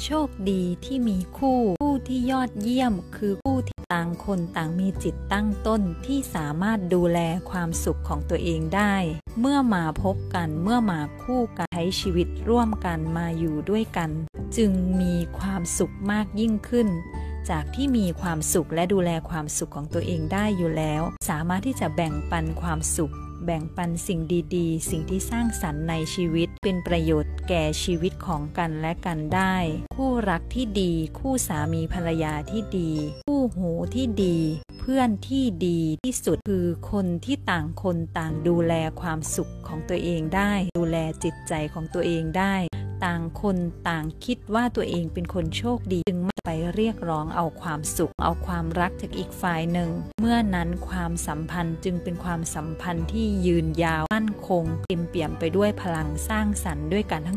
ชคดีที่มีคู่ที่ยอดเยี่ยมคือคู่ที่ต่างคนต่างมีจิตตั้งต้นที่สามารถดูแลความสุขของตัวเองได้เมื่อมาพบกันเมื่อมาคู่กันใช้ชีวิตร่วมกันมาอยู่ด้วยกันจึงมีความสุขมากยิ่งขึ้นจากที่มีความสุขและดูแลความสุขของตัวเองได้อยู่แล้วสามารถที่จะแบ่งปันความสุขแบ่งปันสิ่งดีๆสิ่งที่สร้างสรรค์ในชีวิตเป็นประโยชน์แก่ชีวิตของกันและกันได้คู่รักที่ดีคู่สามีภรรยาที่ดีคู่หูที่ดีเพื่อนที่ดีที่สุดคือคนที่ต่างคนต่างดูแลความสุขของตัวเองได้ดูแลจิตใจของตัวเองได้ต่างคนต่างคิดว่าตัวเองเป็นคนโชคดีจึงไม่ไปเรียกร้องเอาความสุขเอาความรักจากอีกฝ่ายหนึ่งเมื่อนั้นความสัมพันธ์จึงเป็นความสัมพันธ์ที่ยืนยาวมั่นคงเต็มเปี่ยมไปด้วยพลังสร้างสรรค์ด้วยกันทั้ง